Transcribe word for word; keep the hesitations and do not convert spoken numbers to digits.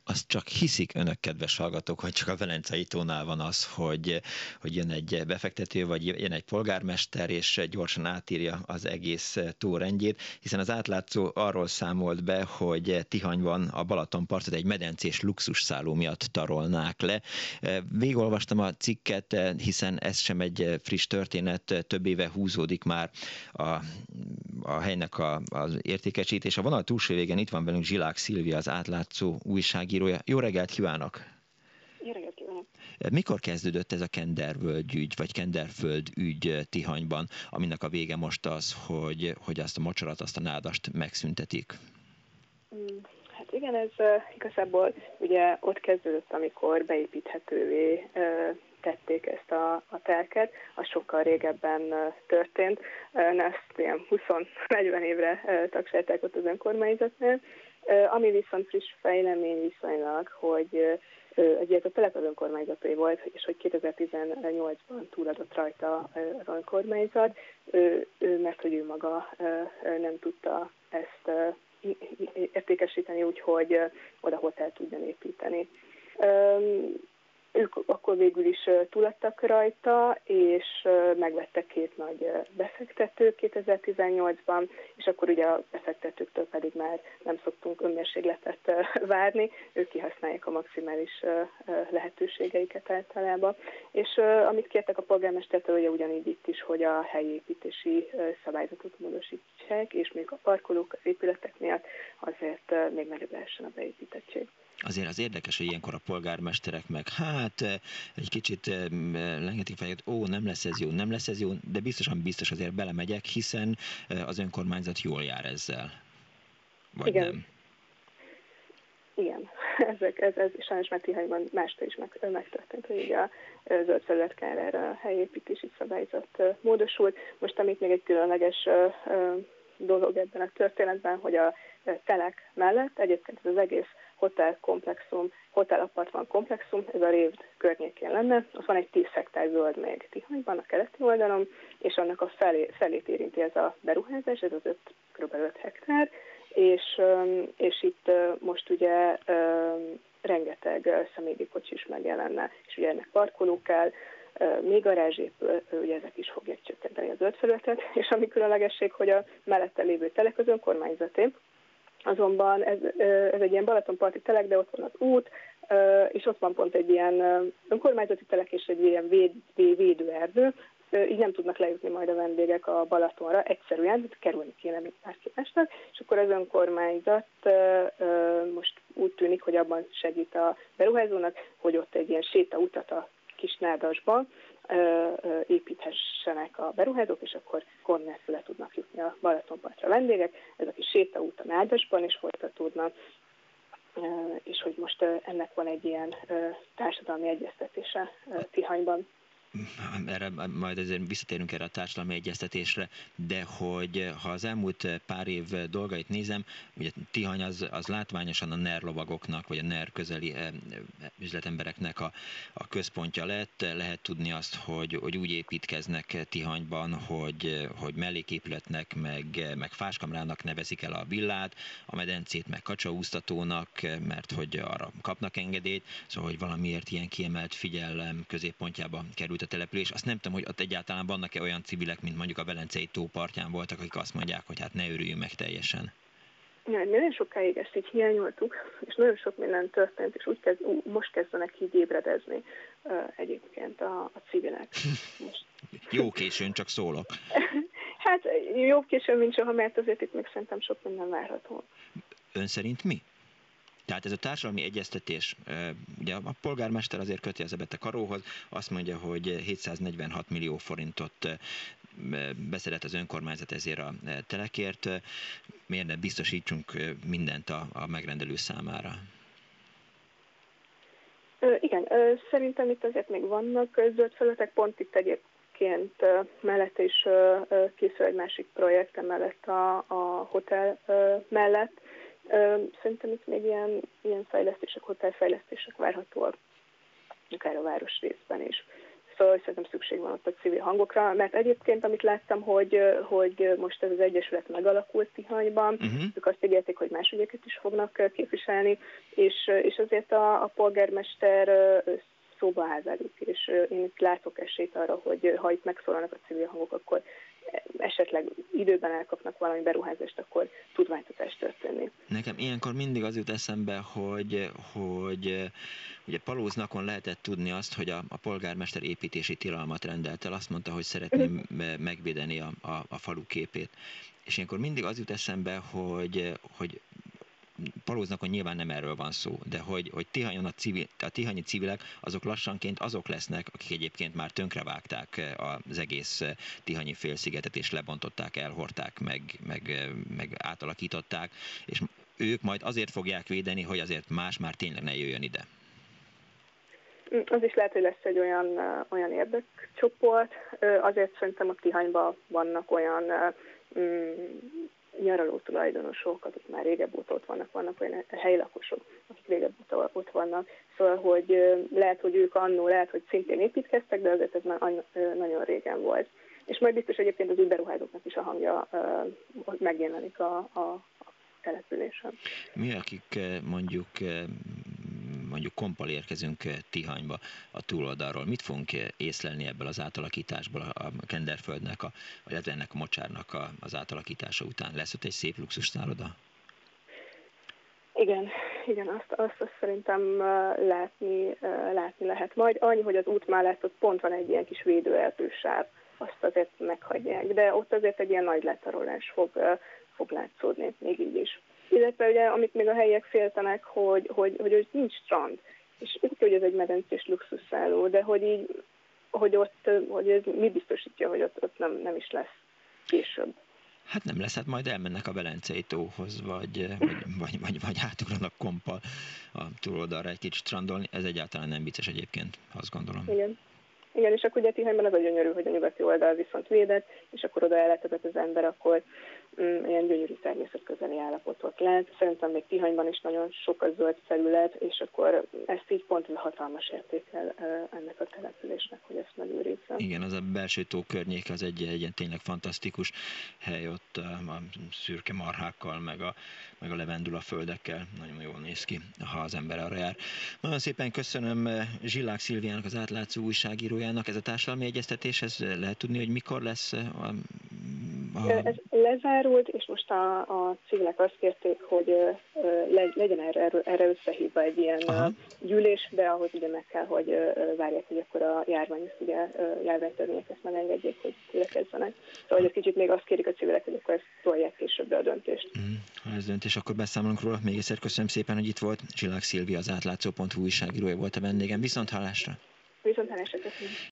Azt csak hiszik önök, kedves hallgatók, hogy csak a Velencei tónál van az, hogy, hogy jön egy befektető, vagy jön egy polgármester, és gyorsan átírja az egész tó rendjét, hiszen az átlátszó arról számolt be, hogy Tihanyban a Balatonpartot egy medencés luxusszálló miatt tarolnák le. Végigolvastam a cikket, hiszen ez sem egy friss történet, több éve húzódik már a, a helynek a, az értékesítés. A vonal túlsó végén itt van velünk Zsilák Szilvia, az átlátszó újságírója. Jó reggelt kívánok! Jó reggelt kívánok! Mikor kezdődött ez a Kendervölgy ügy, vagy Kenderföld ügy Tihanyban, aminek a vége most az, hogy, hogy azt a mocsarat, azt a nádast megszüntetik? Hát igen, ez uh, igazából ugye ott kezdődött, amikor beépíthetővé uh, tették ezt a, a telket, az sokkal régebben uh, történt. Uh, ezt ilyen húsz-negyven évre uh, tagsálták ott az önkormányzatnál. Uh, ami viszont friss fejlemény viszonylag, hogy uh, egyébként a telek az önkormányzaté volt, és hogy kétezer-tizennyolcban túladott rajta uh, az önkormányzat, uh, uh, mert hogy ő maga uh, uh, nem tudta ezt uh, értékesíteni úgy, hogy oda hotelt tudjon építeni. Ők akkor végül is túladtak rajta, és megvettek két nagy befektetőt kétezer-tizennyolcban, és akkor ugye a befektetőktől pedig már nem szoktunk önmérségletet várni, ők kihasználják a maximális lehetőségeiket általában. És amit kértek a polgármestertől, ugye ugyanígy itt is, hogy a helyi építési szabályzatot módosítsák, és még a parkolók, az épületek miatt azért még nagyobb lehessen a beépítettség. Azért az érdekes, hogy ilyenkor a polgármesterek meg hát egy kicsit lengetik fejet, ó, nem lesz ez jó, nem lesz ez jó, de biztosan biztos azért belemegyek, hiszen az önkormányzat jól jár ezzel. Vagy igen. nem? Igen, Ezek, ez, ez sajnos már Tihanyban mástól is meg, megtörtént, hogy ugye a zöld felületkárára a helyépítési szabályzat módosult. Most amit még egy különleges dolog ebben a történetben, hogy a telek mellett egyébként ez az egész hotelkomplexum, hotelapartman komplexum, ez a Révd környékén lenne, ott van egy tíz hektár zöld még Tihanyban, a keleti oldalon, és annak a felé, felét érinti ez a beruházás, ez az öt, kb. öt hektár, és, és itt most ugye rengeteg személygépkocsi is megjelenne, és ugye ennek parkolók kell, még garázsépül, ugye ezek is fogják csökkenteni a zöld felületet, és ami különlegesség, hogy a mellette lévő telek az önkormányzaté, azonban ez, ez egy ilyen Balatonparti telek, de ott van az út, és ott van pont egy ilyen önkormányzati telek és egy ilyen véd, védőerdő, így nem tudnak lejutni majd a vendégek a Balatonra, egyszerűen kerülni kéne még bárki másnak, és akkor az önkormányzat most úgy tűnik, hogy abban segít a beruházónak, hogy ott egy ilyen sétautat a Kisnádasban építhessenek a beruházók, és akkor Kornelföl le tudnak jutni a Balatonpartra vendégek. Ez a kis sétaút a Nádasban is folytatódnak, és hogy most ennek van egy ilyen társadalmi egyeztetése Tihanyban. Erre majd azért visszatérünk erre a társadalmi egyeztetésre, de hogy ha az elmúlt pár év dolgait nézem, ugye Tihany az, az látványosan a NER lovagoknak, vagy a NER közeli üzletembereknek a, a központja lett. Lehet tudni azt, hogy, hogy úgy építkeznek Tihanyban, hogy, hogy melléképületnek, meg, meg fáskamrának nevezik el a villát, a medencét meg kacsaúsztatónak, mert hogy arra kapnak engedélyt, szóval hogy valamiért ilyen kiemelt figyelem középpontjába került a település. Azt nem tudom, hogy ott egyáltalán vannak-e olyan civilek, mint mondjuk a Velencei tó partján voltak, akik azt mondják, hogy hát ne örüljünk meg teljesen. Ja, nagyon sokáig ezt így hiányoltuk, és nagyon sok minden történt, és úgy kezd, most kezdenek így ébredezni uh, egyébként a, a civilek. Most. Jó későn, csak szólok. Hát jobb későn, mint soha, mert azért itt még szerintem sok minden várható. Ön szerint mi? Tehát ez a társadalmi egyeztetés, ugye a polgármester azért köti az ebet a karóhoz, azt mondja, hogy hétszáznegyvenhat millió forintot beszedett az önkormányzat ezért a telekért. Miért ne biztosítsunk mindent a, a megrendelő számára? Ö, igen, ö, szerintem itt azért még vannak zöld felületek, pont itt egyébként ö, mellett is ö, készül egy másik projekt, mellett a, a hotel ö, mellett. Szerintem itt még ilyen, ilyen fejlesztések, hotelfejlesztések várhatóak, akár a városrészben is. Szóval szerintem szükség van ott a civil hangokra, mert egyébként, amit láttam, hogy, hogy most ez az egyesület megalakult Tihanyban, uh-huh. ők azt ígérték, hogy más ügyeket is fognak képviselni, és, és azért a, a polgármester szóba áll velük, és én itt látok esélyt arra, hogy ha itt megszólalnak a civil hangok, akkor esetleg időben elkapnak valami beruházást, akkor tud változás történni. Nekem ilyenkor mindig az jut eszembe, hogy, hogy ugye Palóznakon lehetett tudni azt, hogy a, a polgármester építési tilalmat rendelt el, azt mondta, hogy szeretné megvédeni a, a, a falu képét. És ilyenkor mindig az jut eszembe, hogy, hogy Palóznakon nyilván nem erről van szó, de hogy, hogy Tihanyon a, civil, a tihanyi civilek azok lassanként azok lesznek, akik egyébként már tönkrevágták az egész tihanyi félszigetet, és lebontották, elhordták, meg, meg, meg átalakították, és ők majd azért fogják védeni, hogy azért más már tényleg ne jöjjön ide. Az is lehet, hogy lesz egy olyan, olyan érdekcsoport, azért szerintem a Tihanyban vannak olyan nyaraló tulajdonosok, akik már régebb óta ott vannak, vannak olyan helylakosok, akik régebb óta ott vannak. Szóval, hogy lehet, hogy ők annó, lehet, hogy szintén építkeztek, de azért ez már nagyon régen volt. És majd biztos egyébként az új beruházóknak is a hangja megjelenik a, a, a településen. Mi, akik mondjuk mondjuk kompal érkezünk Tihanyba a túloldalról, mit fogunk észlelni ebből az átalakításból, a Kenderföldnek, a, illetve ennek a mocsárnak a, az átalakítása után? Lesz ott egy szép luxusszálloda? Igen, igen, azt, azt, azt szerintem látni, látni lehet majd. Annyi, hogy az út mellett ott pont van egy ilyen kis védőerdősáv, azt azért meghagyják, de ott azért egy ilyen nagy letarolás fog, fog látszódni, még így is. Illetve ugye, amit még a helyiek féltenek, hogy, hogy, hogy, hogy nincs strand, és úgy, hogy ez egy medencés luxusszálló, de hogy így, hogy ott, hogy ez mi biztosítja, hogy ott, ott nem, nem is lesz később. Hát nem lesz, hát majd elmennek a Velencei tóhoz, vagy, vagy, vagy, vagy, vagy átugranak kompal a túloldalra egy kicsit strandolni. Ez egyáltalán nem vicces egyébként, azt gondolom. Igen. Igen, és akkor ugye Tihanyban az a gyönyörű, hogy a nyugati oldal viszont védett, és akkor oda elletezett az ember, akkor mm, ilyen gyönyörű természetközeli állapotot lát. Szerintem még Tihanyban is nagyon sok a zöld felület, és akkor ezt így pont hatalmas értékel ennek a településnek, hogy ezt megőrizzen. Igen, az a belső tó környéke az egy, egy tényleg fantasztikus hely ott a szürke marhákkal, meg a, meg a levendula földekkel. Nagyon jól néz ki, ha az ember arra jár. Nagyon szépen köszönöm Zsillák Szilviának, az Átlátszó újságírójának. Ez a társadalmi egyeztetés, ez lehet tudni, hogy mikor lesz a... a... Ez lezárult, és most a, a civilek azt kérték, hogy le, legyen erre, erre összehívva egy ilyen Aha. gyűlés, de ahhoz ugye meg kell, hogy várják, hogy akkor a járvány, ezt ugye járványtörvények ezt megengedjék, hogy következzenek. Szóval hogy egy kicsit még azt kérik a civilek, hogy akkor ezt tolják későbbre a döntést. Mm, ha ez döntés, akkor beszámolunk róla. Még egyszer köszönöm szépen, hogy itt volt. Zsillák Szilvia, az átlátszó pont hu újságírója volt a vendégem. Viszont hallásra! Viszont hallásra, köszönöm.